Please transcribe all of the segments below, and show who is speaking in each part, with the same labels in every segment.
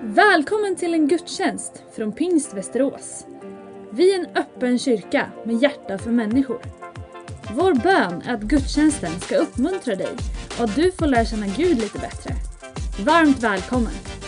Speaker 1: Välkommen till en gudstjänst från Pingst Västerås. Vi är en öppen kyrka med hjärta för människor. Vår bön är att gudstjänsten ska uppmuntra dig och att du får lära känna Gud lite bättre. Varmt välkommen!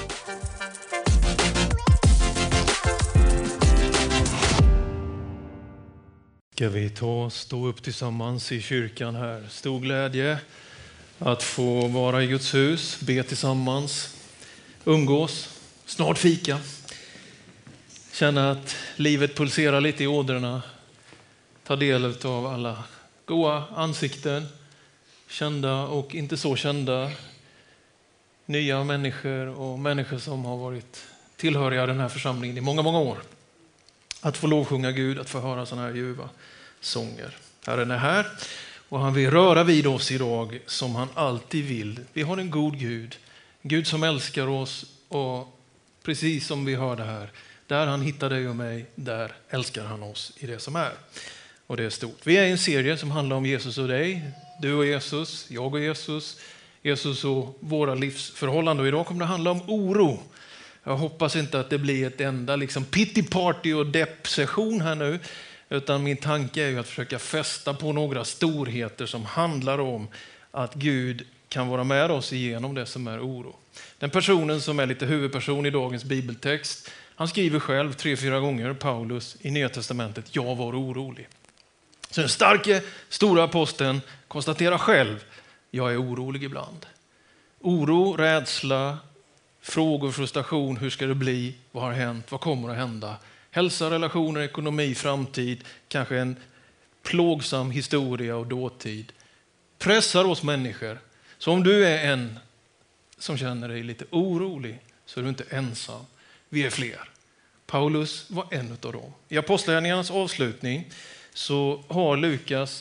Speaker 2: Ska vi stå upp tillsammans i kyrkan här. Stor glädje att få vara i Guds hus, be tillsammans, umgås, snart fika. Känna att livet pulserar lite i ådrorna. Ta del av alla goda ansikten, kända och inte så kända. Nya människor och människor som har varit tillhöriga den här församlingen i många, många år. Att få lovsjunga Gud, att få höra sådana här ljuva sånger. Herren är här och han vill röra vid oss idag som han alltid vill. Vi har en god Gud, Gud som älskar oss och precis som vi hörde här, där han hittar dig och mig, där älskar han oss i det som är. Och det är stort. Vi är i en serie som handlar om Jesus och dig, du och Jesus, jag och Jesus, Jesus och våra livsförhållanden. Och idag kommer det handla om oro. Jag hoppas inte att det blir ett enda pity party och depp-session här nu. Utan min tanke är ju att försöka fästa på några storheter som handlar om att Gud kan vara med oss igenom det som är oro. Den personen som är lite huvudperson i dagens bibeltext, han skriver själv 3-4 gånger, Paulus, i Nya testamentet, jag var orolig. Så den starke, stora aposteln konstaterar själv, jag är orolig ibland. Oro, rädsla, frågor, frustration, hur ska det bli, vad har hänt, vad kommer att hända? Hälsa, relationer, ekonomi, framtid, kanske en plågsam historia och dåtid. Pressar oss människor. Så om du är en som känner dig lite orolig så är du inte ensam. Vi är fler. Paulus var en av dem. I Apostlagärningarnas avslutning så har Lukas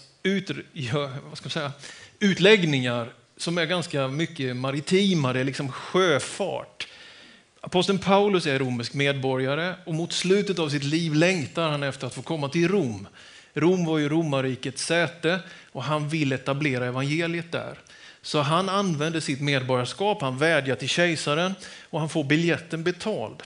Speaker 2: utläggningar som är ganska mycket maritima, det är sjöfart. Aposteln Paulus är romersk medborgare och mot slutet av sitt liv längtar han efter att få komma till Rom. Rom var ju romarrikets säte och han vill etablera evangeliet där. Så han använder sitt medborgarskap, han vädjar till kejsaren och han får biljetten betald.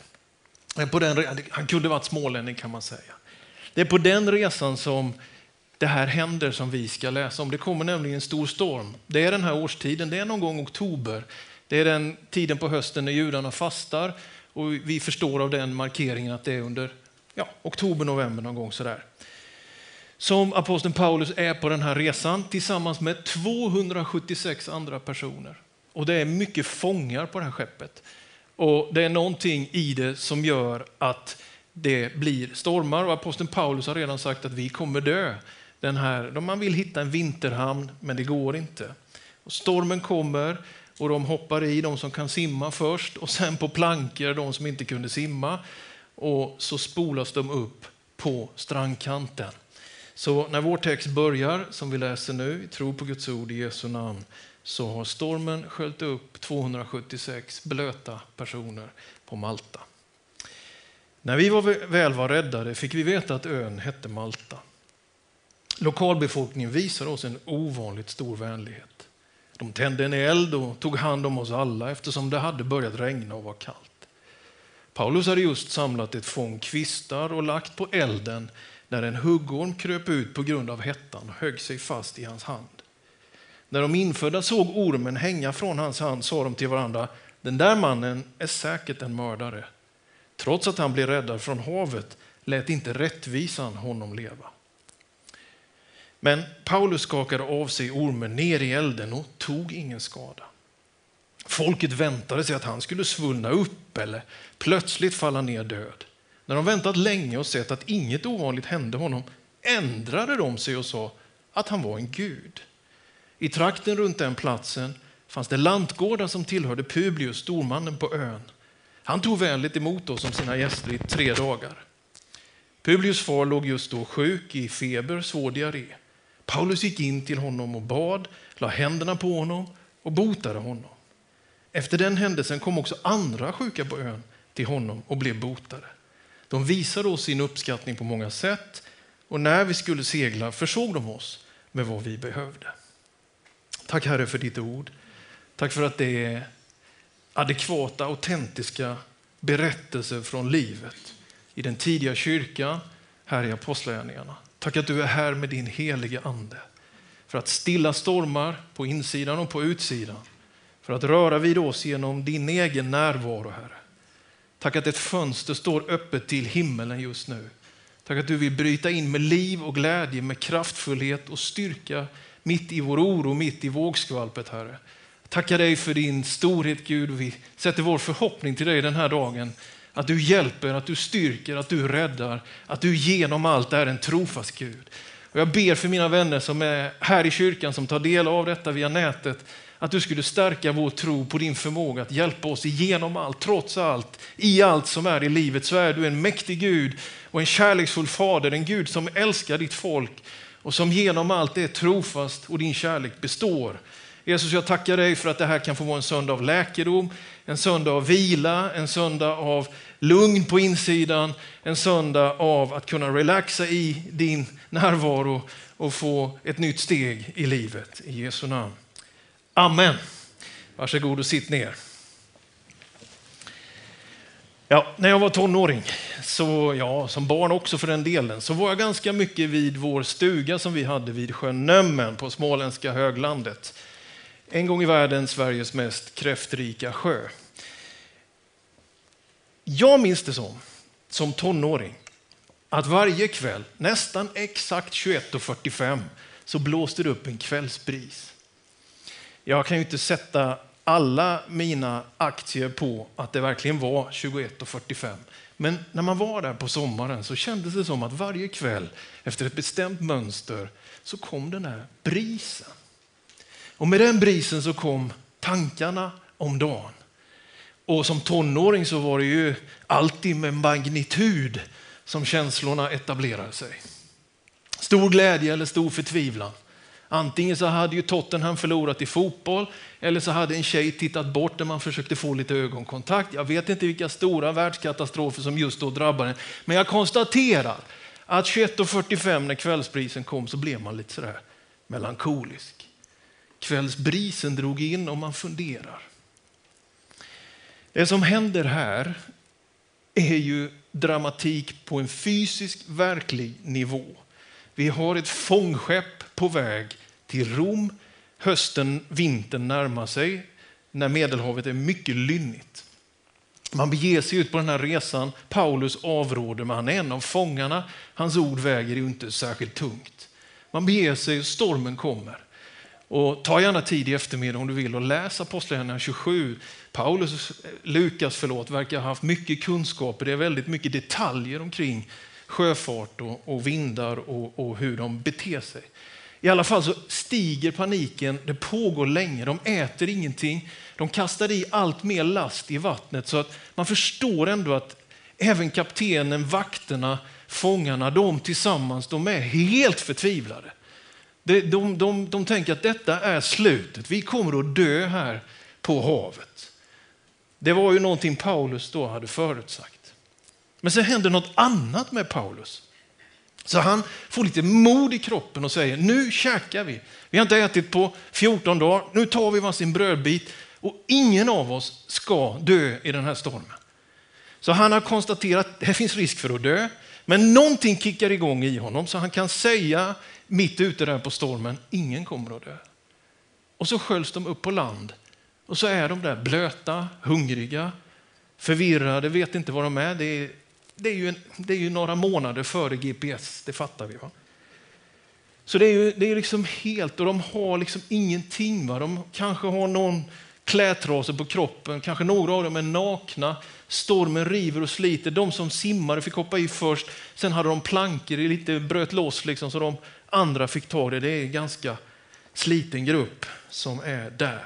Speaker 2: Han kunde varit smålänning kan man säga. Det är på den resan som det här händer som vi ska läsa om. Det kommer nämligen en stor storm. Det är den här årstiden, det är någon gång oktober. Det är den tiden på hösten när judarna fastar och vi förstår av den markeringen att det är under oktober, november någon gång sådär. Som aposteln Paulus är på den här resan tillsammans med 276 andra personer. Och det är mycket fångar på det här skeppet. Och det är någonting i det som gör att det blir stormar och aposteln Paulus har redan sagt att vi kommer dö. Man vill hitta en vinterhamn men det går inte. Och stormen kommer och de hoppar i, de som kan simma först och sen på plankor de som inte kunde simma och så spolas de upp på strandkanten. Så när vår text börjar som vi läser nu, tro på Guds ord i Jesu namn, så har stormen sköljt upp 276 blöta personer på Malta. När vi väl var räddade fick vi veta att ön hette Malta. Lokalbefolkningen visade oss en ovanligt stor vänlighet. De tände en eld och tog hand om oss alla eftersom det hade börjat regna och var kallt. Paulus hade just samlat ett fång kvistar och lagt på elden när en huggorm kröp ut på grund av hettan och högg sig fast i hans hand. När de infödda såg ormen hänga från hans hand sa de till varandra, den där mannen är säkert en mördare. Trots att han blev räddad från havet lät inte rättvisan honom leva. Men Paulus skakade av sig ormen ner i elden och tog ingen skada. Folket väntade sig att han skulle svullna upp eller plötsligt falla ner död. När de väntat länge och sett att inget ovanligt hände honom ändrade de sig och sa att han var en gud. I trakten runt den platsen fanns det lantgårdar som tillhörde Publius, stormannen på ön. Han tog vänligt emot oss som sina gäster i 3 dagar. Publius far låg just då sjuk i feber, svår diarré. Paulus gick in till honom och bad, la händerna på honom och botade honom. Efter den händelsen kom också andra sjuka på ön till honom och blev botade. De visade oss sin uppskattning på många sätt och när vi skulle segla försåg de oss med vad vi behövde. Tack Herre för ditt ord. Tack för att det är adekvata, autentiska berättelser från livet i den tidiga kyrkan, här i apostlagärningarna. Tack att du är här med din heliga ande för att stilla stormar på insidan och på utsidan. För att röra vid oss genom din egen närvaro, Herre. Tack att ett fönster står öppet till himmelen just nu. Tack att du vill bryta in med liv och glädje, med kraftfullhet och styrka mitt i vår oro, mitt i vågskvalpet, Herre. Tackar dig för din storhet, Gud. Vi sätter vår förhoppning till dig den här dagen. Att du hjälper, att du styrker, att du räddar, att du genom allt är en trofast Gud. Och jag ber för mina vänner som är här i kyrkan, som tar del av detta via nätet, att du skulle stärka vår tro på din förmåga att hjälpa oss igenom allt, trots allt, i allt som är i livet. Så är du en mäktig Gud och en kärleksfull fader, en Gud som älskar ditt folk och som genom allt är trofast och din kärlek består. Jesus, jag tackar dig för att det här kan få vara en söndag av läkedom, en söndag av vila, en söndag av lugn på insidan, en söndag av att kunna relaxa i din närvaro och få ett nytt steg i livet. I Jesu namn. Amen. Varsågod och sitt ner. Ja, när jag var tonåring, som barn också för den delen, så var jag ganska mycket vid vår stuga som vi hade vid sjön Nömmen på småländska höglandet. En gång i världen Sveriges mest kräftrika sjö. Jag minns det som tonåring, att varje kväll, nästan exakt 21:45, så blåste det upp en kvällsbris. Jag kan ju inte sätta alla mina aktier på att det verkligen var 21:45. Men när man var där på sommaren så kändes det som att varje kväll efter ett bestämt mönster så kom den här brisen. Och med den brisen så kom tankarna om dagen. Och som tonåring så var det ju alltid med magnitud som känslorna etablerade sig. Stor glädje eller stor förtvivlan. Antingen så hade ju Tottenham förlorat i fotboll eller så hade en tjej tittat bort när man försökte få lite ögonkontakt. Jag vet inte vilka stora världskatastrofer som just då drabbade en. Men jag konstaterar att 21:45 när kvällsbrisen kom så blev man lite sådär melankolisk. Kvällsbrisen drog in och man funderar. Det som händer här är ju dramatik på en fysisk, verklig nivå. Vi har ett fångskepp på väg till Rom. Hösten, vintern närmar sig när Medelhavet är mycket lynnigt. Man beger sig ut på den här resan. Paulus avråder, men han är en av fångarna. Hans ord väger ju inte särskilt tungt. Man beger sig och stormen kommer. Och ta gärna tid i eftermiddag om du vill och läs Apostlagärningarna 27. Lukas verkar ha haft mycket kunskaper. Det är väldigt mycket detaljer omkring sjöfart och vindar och hur de beter sig. I alla fall så stiger paniken, det pågår länge, de äter ingenting. De kastar i allt mer last i vattnet så att man förstår ändå att även kaptenen, vakterna, fångarna, de tillsammans, de är helt förtvivlade. De tänker att detta är slutet. Vi kommer att dö här på havet. Det var ju någonting Paulus då hade förutsagt. Men sen händer något annat med Paulus. Så han får lite mod i kroppen och säger, nu käkar vi. Vi har inte ätit på 14 dagar. Nu tar vi varsin brödbit och ingen av oss ska dö i den här stormen. Så han har konstaterat att det finns risk för att dö. Men någonting kickar igång i honom så han kan säga mitt ute där på stormen, ingen kommer att dö. Och så sköljs de upp på land. Och så är de där blöta, hungriga, förvirrade, vet inte vad de är. Det är ju några månader före GPS, det fattar vi, va? Så det är liksom helt, och de har liksom ingenting, va? De kanske har någon klädtrase på kroppen, kanske några av dem är nakna. Stormen river och sliter. De som simmade fick hoppa i först. Sen hade de plankor, det lite bröt loss liksom, så de andra fick ta det. Det är en ganska sliten grupp som är där.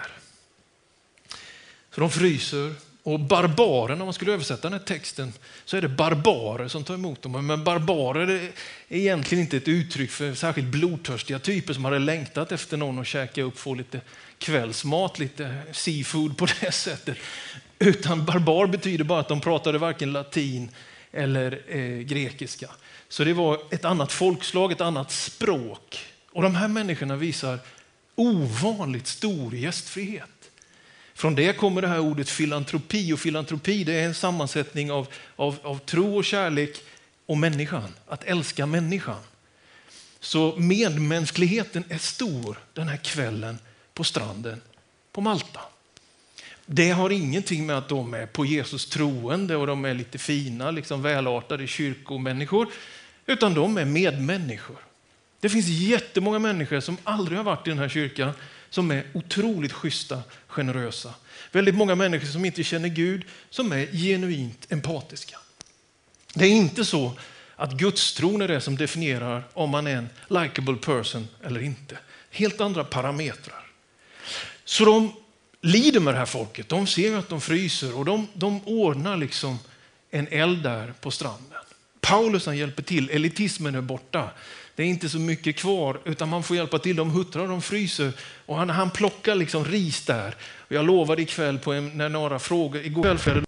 Speaker 2: Så de fryser. Och barbarer, när man skulle översätta den här texten, så är det barbarer som tar emot dem. Men barbarer är egentligen inte ett uttryck för särskilt blodtörstiga typer som hade längtat efter någon att käka upp, få lite kvällsmat, lite seafood på det sättet. Utan barbar betyder bara att de pratade varken latin eller grekiska. Så det var ett annat folkslag, ett annat språk. Och de här människorna visar ovanligt stor gästfrihet. Från det kommer det här ordet filantropi, och filantropi det är en sammansättning av tro och kärlek och människan, att älska människan. Så medmänskligheten är stor den här kvällen på stranden på Malta. Det har ingenting med att de är på Jesus troende och de är lite fina, liksom välartade kyrkomänniskor, utan de är medmänniskor. Det finns jättemånga människor som aldrig har varit i den här kyrkan som är otroligt schyssta, generösa. Väldigt många människor som inte känner Gud som är genuint empatiska. Det är inte så att gudstron är det som definierar om man är en likable person eller inte. Helt andra parametrar. Så de lider med det här folket. De ser att de fryser och de ordnar liksom en eld där på stranden. Paulus han hjälper till. Elitismen är borta. Det är inte så mycket kvar utan man får hjälpa till. De huttrar, de fryser och han plockar liksom ris där. Och jag lovade ikväll när några frågor, igår kväll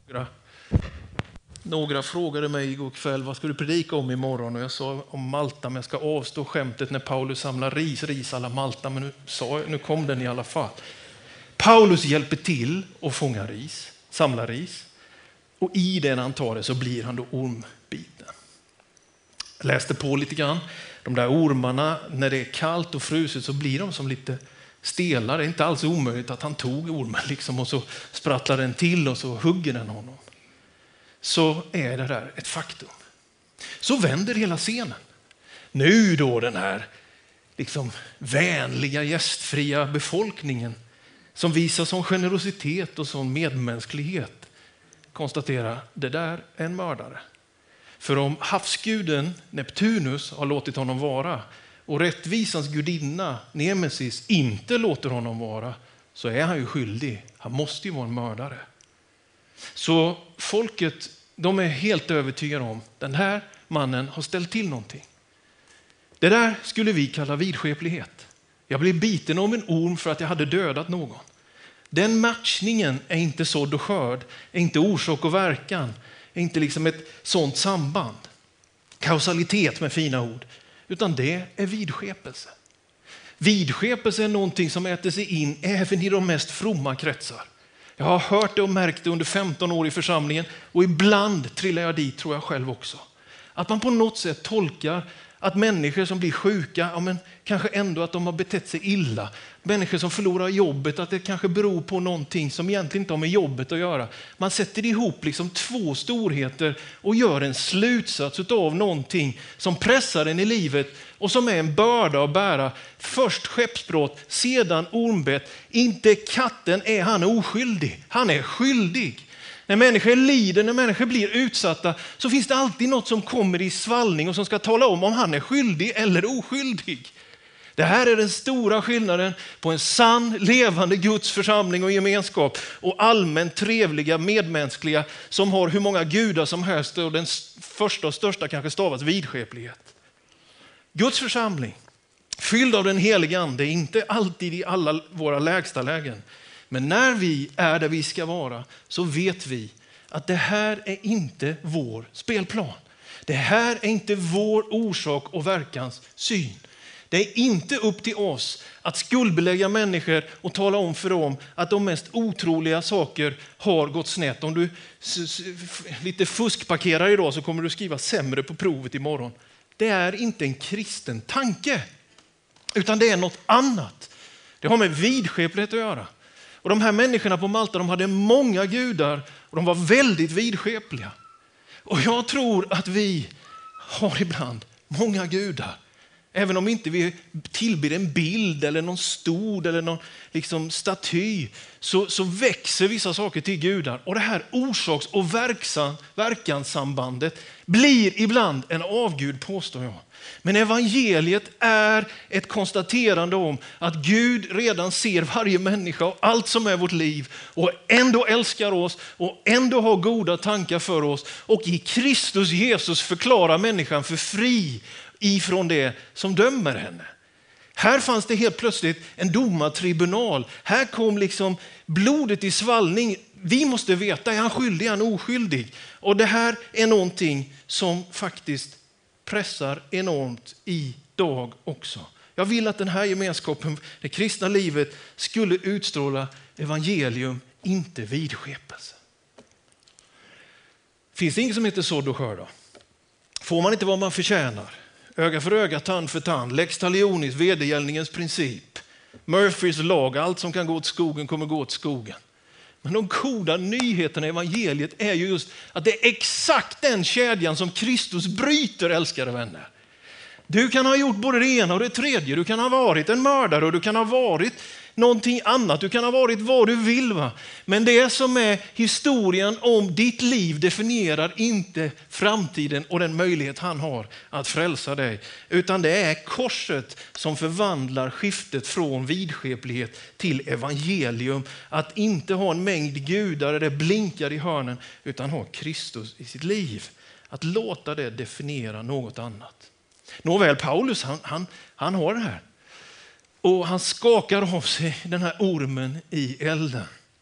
Speaker 2: några frågade mig igår kväll, vad ska du predika om imorgon? Och jag sa om Malta, men jag ska avstå skämtet när Paulus samlar ris alla Malta, men nu kom den i alla fall. Paulus hjälper till att fånga ris, samla ris. Och i den han tar det så blir han då ormbiten. Jag läste på lite grann. De där ormarna, när det är kallt och fruset så blir de som lite stelar. Det är inte alls omöjligt att han tog ormen liksom och så sprattlar den till och så hugger den honom. Så är det där ett faktum. Så vänder hela scenen. Nu då den här liksom vänliga, gästfria befolkningen som visar sån generositet och sån medmänsklighet konstaterar det där är en mördare. För om havsguden Neptunus har låtit honom vara och rättvisans gudinna Nemesis inte låter honom vara så är han ju skyldig. Han måste ju vara en mördare. Så folket, de är helt övertygade om den här mannen har ställt till någonting. Det där skulle vi kalla vidskeplighet. Jag blev biten av en orm för att jag hade dödat någon. Den matchningen är inte sådd och skörd, är inte orsak och verkan, är inte liksom ett sånt samband. Kausalitet med fina ord, utan det är vidskepelse. Vidskepelse är någonting som äter sig in även i de mest fromma kretsar. Jag har hört det och märkt det under 15 år i församlingen och ibland trillar jag dit, tror jag själv också. Att man på något sätt tolkar att människor som blir sjuka, ja men kanske ändå att de har betett sig illa. Människor som förlorar jobbet, att det kanske beror på någonting som egentligen inte har med jobbet att göra. Man sätter ihop liksom två storheter och gör en slutsats av någonting som pressar en i livet och som är en börda att bära. Först skeppsbrott, sedan ormbett. Inte katten är han oskyldig, han är skyldig. När människor lider, när människor blir utsatta så finns det alltid något som kommer i svallning och som ska tala om han är skyldig eller oskyldig. Det här är den stora skillnaden på en sann, levande Guds församling och gemenskap och allmänt trevliga, medmänskliga som har hur många gudar som helst och den första och största kanske stavas vidskeplighet. Guds församling, fylld av den heliga ande, inte alltid i alla våra lägsta lägen. Men när vi är där vi ska vara så vet vi att det här är inte vår spelplan. Det här är inte vår orsak och verkans syn. Det är inte upp till oss att skuldbelägga människor och tala om för dem att de mest otroliga saker har gått snett. Om du lite fuskparkerar idag så kommer du skriva sämre på provet imorgon. Det är inte en kristen tanke utan det är något annat. Det har med vidskeplighet att göra. Och de här människorna på Malta, de hade många gudar och de var väldigt vidskepliga. Och jag tror att vi har ibland många gudar. Även om inte vi tillber en bild eller någon stod eller någon liksom staty så växer vissa saker till gudar. Och det här orsaks- och verkanssambandet blir ibland en avgud, påstår jag. Men evangeliet är ett konstaterande om att Gud redan ser varje människa och allt som är vårt liv och ändå älskar oss och ändå har goda tankar för oss och i Kristus Jesus förklarar människan för fri ifrån det som dömer henne. Här fanns det helt plötsligt en domartribunal. Här kom liksom blodet i svallning. Vi måste veta, är han skyldig, är han oskyldig? Och det här är någonting som faktiskt pressar enormt idag också. Jag vill att den här gemenskapen, det kristna livet, skulle utstråla evangelium inte vidskepelse. Finns det inget som heter sådd och skörda? Får man inte vad man förtjänar? Öga för öga, tand för tand, lex talionis, vedergällningens princip, Murphys lag, allt som kan gå åt skogen kommer gå åt skogen. Men de goda nyheterna i evangeliet är ju just att det är exakt den kedjan som Kristus bryter, älskade vänner. Du kan ha gjort både det ena och det tredje. Du kan ha varit en mördare och du kan ha varit någonting annat. Du kan ha varit vad du vill. Va? Men det som är historien om ditt liv definierar inte framtiden och den möjlighet han har att frälsa dig. Utan det är korset som förvandlar skiftet från vidskeplighet till evangelium. Att inte ha en mängd gudar där det blinkar i hörnen utan ha Kristus i sitt liv. Att låta det definiera något annat. Nåväl, Paulus han har det här. Och han skakar av sig den här ormen i elden.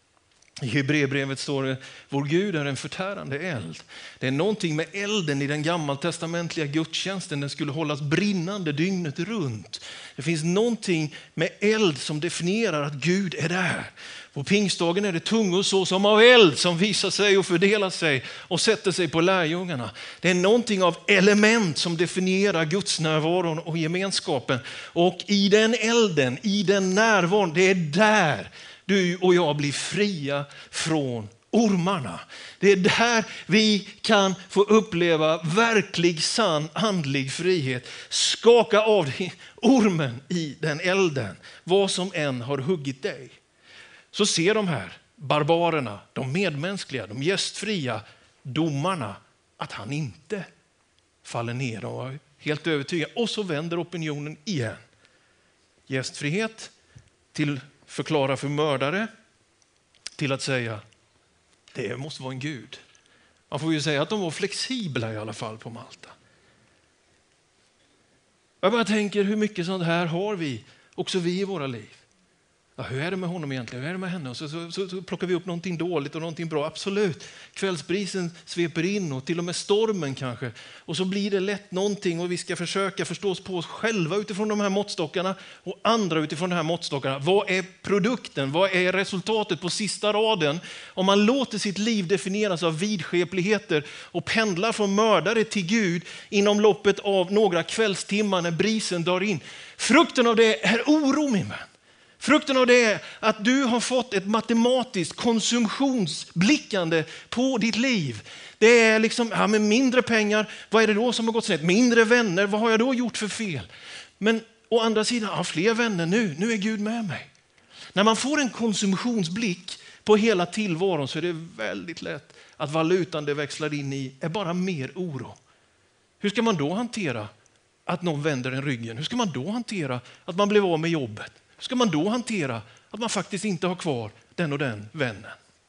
Speaker 2: I Hebreerbrevet står det, vår Gud är en förtärande eld. Det är någonting med elden i den gammaltestamentliga gudstjänsten. Den skulle hållas brinnande dygnet runt. Det finns någonting med eld som definierar att Gud är där. På pingstdagen är det tungor så som av eld som visar sig och fördelar sig och sätter sig på lärjungarna. Det är någonting av element som definierar Guds närvaron och gemenskapen. Och i den elden, i den närvaron, det är där du och jag blir fria från ormarna. Det är där vi kan få uppleva verklig sann andlig frihet. Skaka av dig ormen i den elden, vad som än har huggit dig. Så ser de här barbarerna, de medmänskliga, de gästfria domarna att han inte faller ner och är helt övertygad. Och så vänder opinionen igen. Gästfrihet till förklara för mördare till att säga det måste vara en gud. Man får ju säga att de var flexibla i alla fall på Malta. Jag bara tänker hur mycket sånt här har vi, också vi i våra liv. Ja, hur är det med honom egentligen? Hur är det med henne? Och så plockar vi upp någonting dåligt och någonting bra. Absolut. Kvällsbrisen sveper in och till och med stormen kanske. Och så blir det lätt någonting och vi ska försöka förstås på oss själva utifrån de här måttstockarna och andra utifrån de här måttstockarna. Vad är produkten? Vad är resultatet på sista raden? Om man låter sitt liv definieras av vidskepligheter och pendlar från mördare till Gud inom loppet av några kvällstimmar när brisen drar in. Frukten av det är oro, min vän. Frukten av det är att du har fått ett matematiskt konsumtionsblickande på ditt liv. Det är liksom, ja, med mindre pengar, vad är det då som har gått snett? Mindre vänner, vad har jag då gjort för fel? Men å andra sidan, ja, fler vänner nu är Gud med mig. När man får en konsumtionsblick på hela tillvaron så är det väldigt lätt att valutan det växlar in i är bara mer oro. Hur ska man då hantera att någon vänder en ryggen? Hur ska man då hantera att man blev av med jobbet? Hur ska man då hantera att man faktiskt inte har kvar den och den vännen?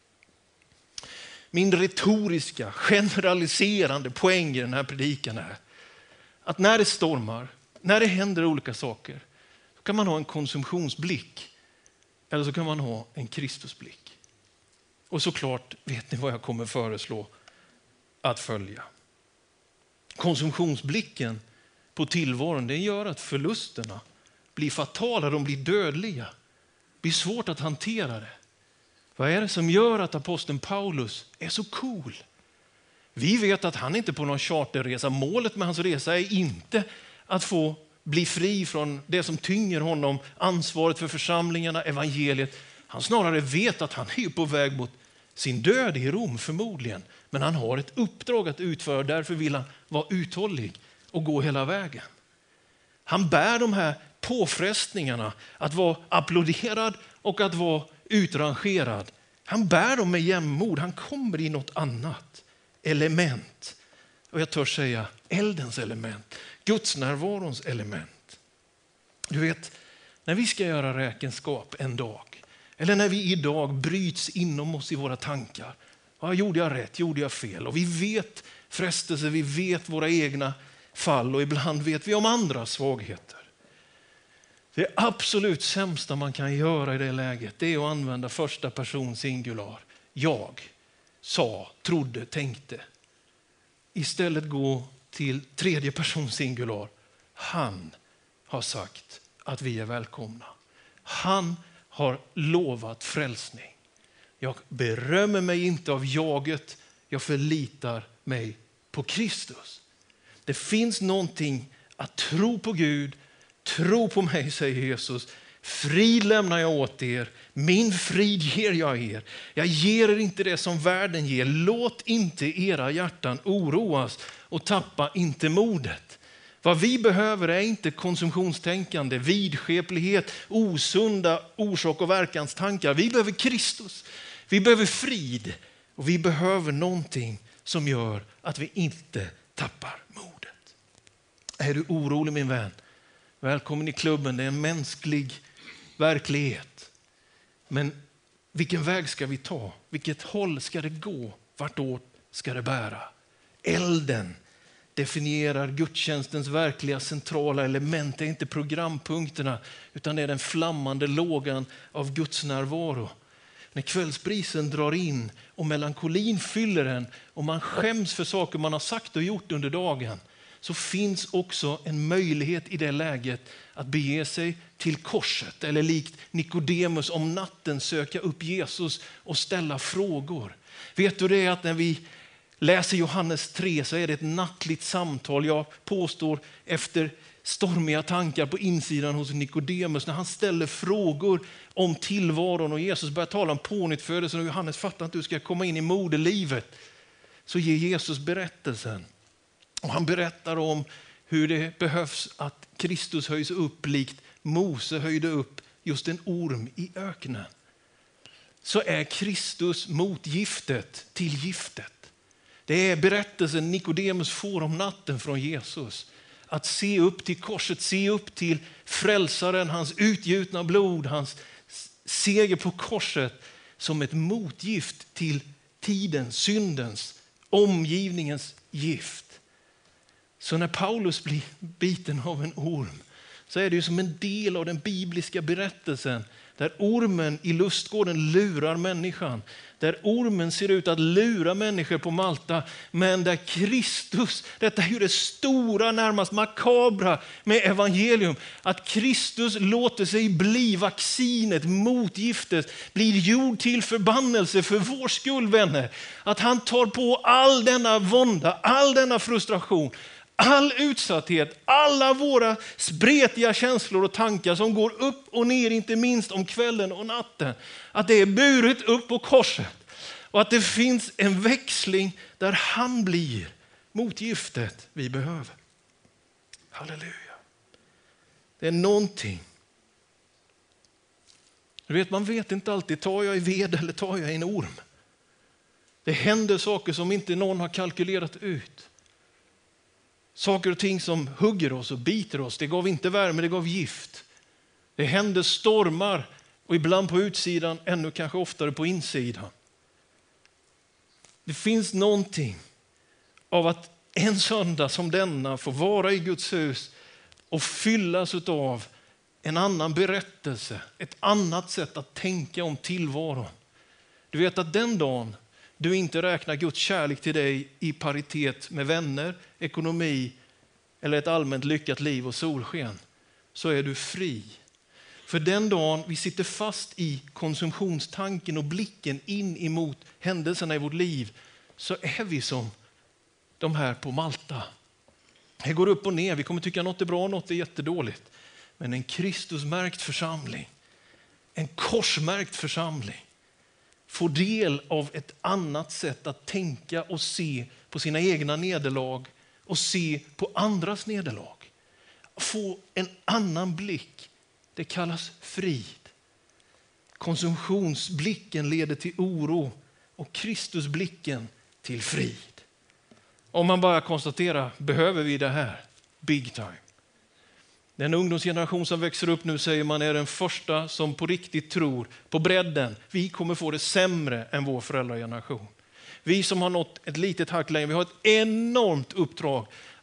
Speaker 2: Min retoriska, generaliserande poäng i den här predikan är att när det stormar, när det händer olika saker, så kan man ha en konsumtionsblick eller så kan man ha en Kristusblick. Och såklart vet ni vad jag kommer föreslå att följa. Konsumtionsblicken på tillvaron, det gör att förlusterna blir fatala, de blir dödliga. Det blir svårt att hantera det. Vad är det som gör att aposteln Paulus är så cool? Vi vet att han inte är på någon charterresa. Målet med hans resa är inte att få bli fri från det som tynger honom, ansvaret för församlingarna, evangeliet. Han snarare vet att han är på väg mot sin död i Rom förmodligen. Men han har ett uppdrag att utföra, därför vill han vara uthållig och gå hela vägen. Han bär de här påfrestningarna att vara applåderad och att vara utrangerad. Han bär dem med jämnmod. Han kommer i något annat element. Och jag törs säga eldens element. Guds närvarons element. Du vet, när vi ska göra räkenskap en dag. Eller när vi idag bryts inom oss i våra tankar. Ja, gjorde jag rätt? Gjorde jag fel? Och vi vet frestelser, vi vet våra egna fall och ibland vet vi om andras svagheter. Det absolut sämsta man kan göra i det läget, det är att använda första person singular. Jag sa, trodde, tänkte. Istället gå till tredje person singular. Han har sagt att vi är välkomna. Han har lovat frälsning. Jag berömmer mig inte av jaget, jag förlitar mig på Kristus. Det finns någonting att tro på Gud, tro på mig, säger Jesus. Frid lämnar jag åt er, min frid ger jag er. Jag ger er inte det som världen ger. Låt inte era hjärtan oroas och tappa inte modet. Vad vi behöver är inte konsumtionstänkande, vidskeplighet, osunda orsak- och verkanstankar. Vi behöver Kristus, vi behöver frid och vi behöver någonting som gör att vi inte tappar modet. Är du orolig, min vän? Välkommen i klubben, det är en mänsklig verklighet. Men vilken väg ska vi ta? Vilket håll ska det gå? Vartåt ska det bära? Elden definierar gudstjänstens verkliga centrala element. Det är inte programpunkterna utan det är den flammande lågan av Guds närvaro. När kvällsbrisen drar in och melankolin fyller en och man skäms för saker man har sagt och gjort under dagen, så finns också en möjlighet i det läget att bege sig till korset eller likt Nikodemus om natten söka upp Jesus och ställa frågor. Vet du det, att när vi läser Johannes 3 så är det ett nattligt samtal, jag påstår efter stormiga tankar på insidan hos Nikodemus, när han ställer frågor om tillvaron och Jesus börjar tala om pånyttfödelsen och Johannes fattar att du ska komma in i moderlivet, så ger Jesus berättelsen. Och han berättar om hur det behövs att Kristus höjs upp likt Mose höjde upp just en orm i öknen. Så är Kristus motgiftet till giftet. Det är berättelsen Nikodemus får om natten från Jesus. Att se upp till korset, se upp till frälsaren, hans utgjutna blod, hans seger på korset som ett motgift till tidens, syndens, omgivningens gift. Så när Paulus blir biten av en orm så är det ju som en del av den bibliska berättelsen där ormen i lustgården lurar människan. Där ormen ser ut att lura människor på Malta, men där Kristus, detta är ju det stora, närmast makabra med evangelium, att Kristus låter sig bli vaccinet, motgiftet, blir jord till förbannelse för vår skull, vänner. Att han tar på all denna vånda, all denna frustration, all utsatthet, alla våra spretiga känslor och tankar som går upp och ner, inte minst om kvällen och natten. Att det är buret upp på korset och att det finns en växling där han blir motgiftet vi behöver. Halleluja. Det är någonting. Du vet, man vet inte alltid, tar jag i ved eller tar jag i en orm? Det händer saker som inte någon har kalkylerat ut. Saker och ting som hugger oss och biter oss. Det gav inte värme, det gav gift. Det hände stormar och ibland på utsidan, ännu kanske oftare på insidan. Det finns någonting av att en söndag som denna får vara i Guds hus och fyllas av en annan berättelse, ett annat sätt att tänka om tillvaron. Du vet att den dagen du inte räknar Guds kärlek till dig i paritet med vänner, ekonomi eller ett allmänt lyckat liv och solsken, så är du fri. För den dagen vi sitter fast i konsumtionstanken och blicken in emot händelserna i vårt liv, så är vi som de här på Malta. Det går upp och ner, vi kommer tycka något är bra, något är jättedåligt. Men en Kristusmärkt församling, en korsmärkt församling, får del av ett annat sätt att tänka och se på sina egna nederlag och se på andras nederlag. Få en annan blick. Det kallas frid. Konsumtionsblicken leder till oro och Kristusblicken till frid. Om man bara konstaterar, behöver vi det här? Big time. Den ungdomsgeneration som växer upp nu, säger man, är den första som på riktigt tror på bredden. Vi kommer få det sämre än vår föräldrageneration. Vi som har nått ett litet hack längre, vi har ett enormt uppdrag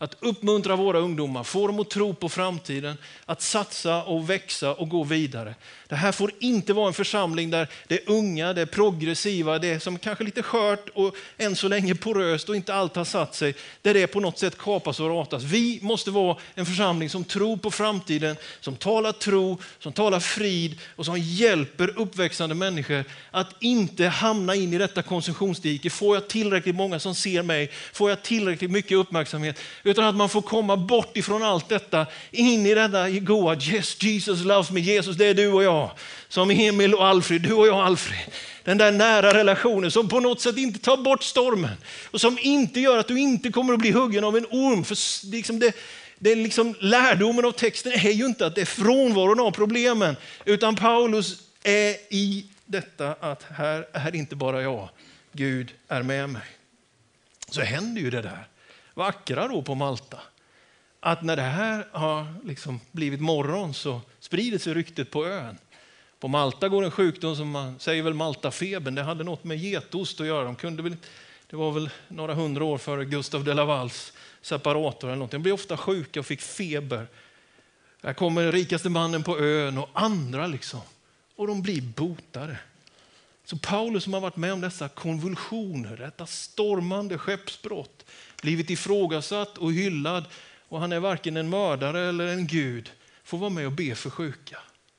Speaker 2: att uppmuntra våra ungdomar, få dem att tro på framtiden, att satsa och växa och gå vidare. Det här får inte vara en församling där det unga, det progressiva, det som kanske är lite skört och än så länge poröst och inte allt har satt sig, där det på något sätt kapas och ratas. Vi måste vara en församling som tror på framtiden, som talar tro, som talar frid och som hjälper uppväxande människor att inte hamna in i detta konsumtionsdike. Får jag tillräckligt många som ser mig? Får jag tillräckligt mycket uppmärksamhet? Utan att man får komma bort ifrån allt detta, in i denna goa yes, Jesus loves me, Jesus det är du och jag. Som Emil och Alfred, du och jag Alfred. Den där nära relationen som på något sätt inte tar bort stormen. Och som inte gör att du inte kommer att bli huggen av en orm. För liksom det är liksom lärdomen av texten är ju inte att det är frånvaron av problemen. Utan Paulus är i detta att här är inte bara jag, Gud är med mig. Så händer ju det där vackra då på Malta. Att när det här har liksom blivit morgon så sprider sig ryktet på ön. På Malta går en sjukdom som man säger väl Maltafebern. Det hade något med getost att göra. Det var väl några 100 år före Gustav de Lavals separator eller något. De blev ofta sjuka och fick feber. Här kommer den rikaste mannen på ön och andra liksom. Och de blir botade. Så Paulus som har varit med om dessa konvulsioner, detta stormande skeppsbrott, blivit ifrågasatt och hyllad och han är varken en mördare eller en gud, får vara med och be för sjuka.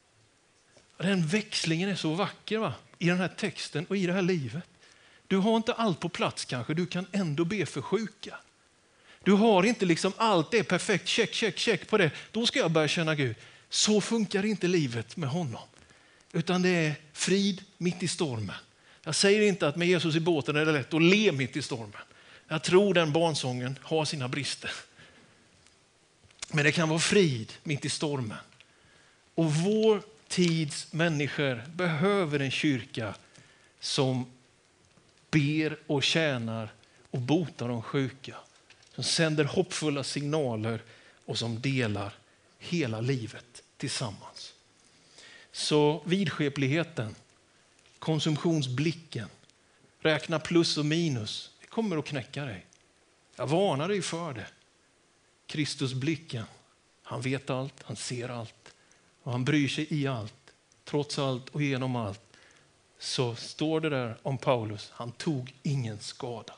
Speaker 2: Den växlingen är så vacker va? I den här texten och i det här livet. Du har inte allt på plats kanske, du kan ändå be för sjuka. Du har inte liksom allt det perfekt, check på det. Då ska jag börja känna Gud. Så funkar inte livet med honom. Utan det är frid mitt i stormen. Jag säger inte att med Jesus i båten är det lätt att le mitt i stormen. Jag tror den barnsången har sina brister. Men det kan vara frid mitt i stormen. Och vår tids människor behöver en kyrka som ber och tjänar och botar de sjuka. Som sänder hoppfulla signaler och som delar hela livet tillsammans. Så vidskepligheten, konsumtionsblicken, räkna plus och minus, det kommer att knäcka dig. Jag varnar dig för det. Kristusblicken, han vet allt, han ser allt och han bryr sig i allt. Trots allt och genom allt så står det där om Paulus, han tog ingen skada.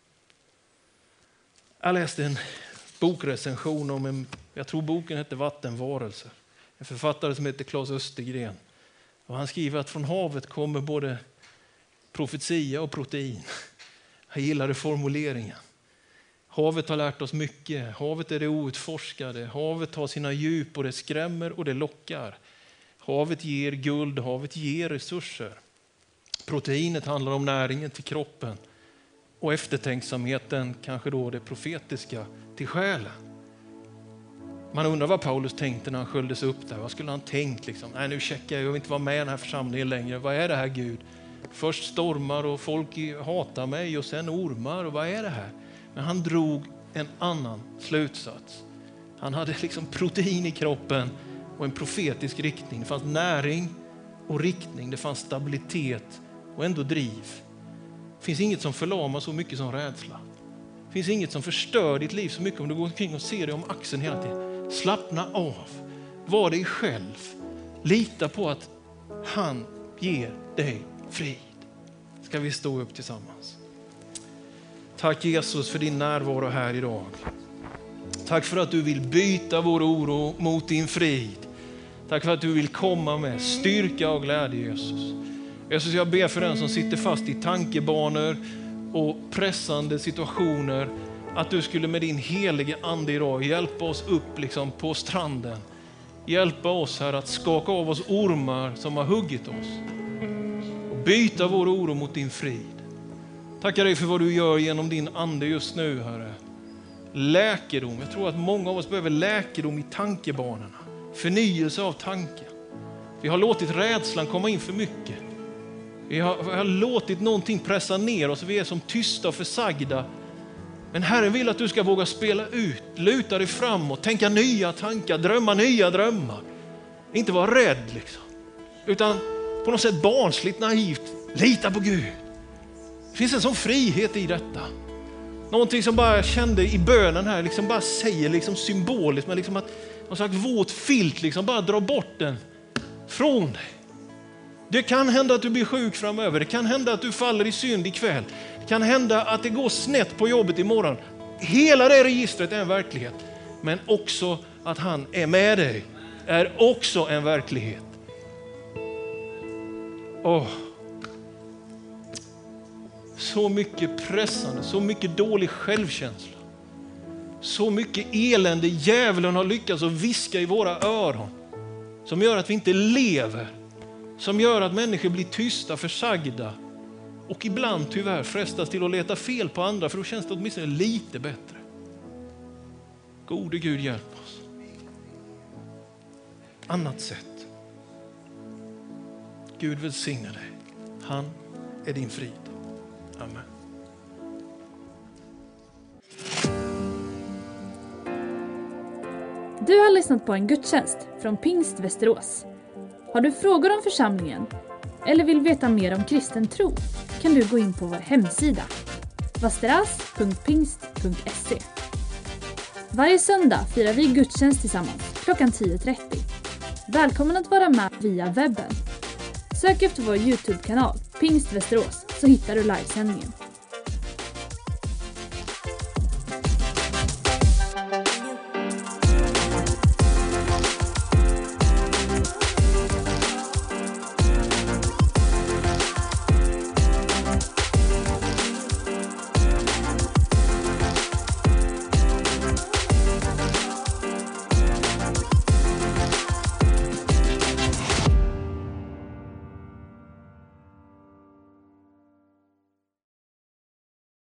Speaker 2: Jag läste en bokrecension om jag tror boken heter Vattenvarelser. En författare som heter Claes Östergren. Och han skriver att från havet kommer både profetia och protein. Jag gillade formuleringen. Havet har lärt oss mycket. Havet är det outforskade. Havet har sina djup och det skrämmer och det lockar. Havet ger guld, havet ger resurser. Proteinet handlar om näringen till kroppen. Och eftertänksamheten, kanske då det profetiska, till själen. Man undrar vad Paulus tänkte när han sköljdes upp där. Vad skulle han tänkt? Liksom? Nej, nu checkar jag vill inte vara med i den här församlingen längre. Vad är det här Gud? Först stormar och folk hatar mig och sen ormar. Och vad är det här? Men han drog en annan slutsats. Han hade liksom protein i kroppen och en profetisk riktning. Det fanns näring och riktning. Det fanns stabilitet och ändå driv. Det finns inget som förlamar så mycket som rädsla. Det finns inget som förstör ditt liv så mycket om du går omkring och ser dig om axeln hela tiden. Slappna av. Var dig själv. Lita på att han ger dig frid. Ska vi stå upp tillsammans. Tack Jesus för din närvaro här idag. Tack för att du vill byta vår oro mot din frid. Tack för att du vill komma med styrka och glädje Jesus. Jesus, jag ber för den som sitter fast i tankebanor och pressande situationer, att du skulle med din helige ande idag hjälpa oss upp liksom på stranden. Hjälpa oss här att skaka av oss ormar som har huggit oss. Och byta vår oro mot din frid. Tackar dig för vad du gör genom din ande just nu, Herre. Läkedom. Jag tror att många av oss behöver läkedom i tankebanorna. Förnyelse av tanken. Vi har låtit rädslan komma in för mycket. Vi har låtit någonting pressa ner oss. Vi är som tysta och försagda. Men Herren vill att du ska våga spela ut, luta dig framåt, tänka nya tankar, drömma nya drömmar. Inte vara rädd liksom. Utan på något sätt barnsligt, naivt, lita på Gud. Det finns en sån frihet i detta. Någonting som bara kände i bönen här, liksom bara säger liksom symboliskt, men liksom att någon slags våt filt liksom bara dra bort den från dig. Det kan hända att du blir sjuk framöver. Det kan hända att du faller i synd ikväll. Det kan hända att det går snett på jobbet imorgon. Hela det registret är en verklighet. Men också att han är med dig är också en verklighet. Så mycket pressande, så mycket dålig självkänsla. Så mycket elände djävulen har lyckats att viska i våra öron. Som gör att vi inte lever. Som gör att människor blir tysta, försagda. Och ibland tyvärr frestas till att leta fel på andra, för då känns det åtminstone lite bättre. Gode Gud, hjälp oss. Annat sätt. Gud välsigne dig. Han är din frid. Amen.
Speaker 1: Du har lyssnat på en gudstjänst från Pingst Västerås. Har du frågor om församlingen eller vill veta mer om kristen tro kan du gå in på vår hemsida vasteras.pingst.se. Varje söndag firar vi gudstjänst tillsammans klockan 10:30. Välkommen att vara med via webben. Sök efter vår YouTube-kanal Pingst Västerås så hittar du livesändningen.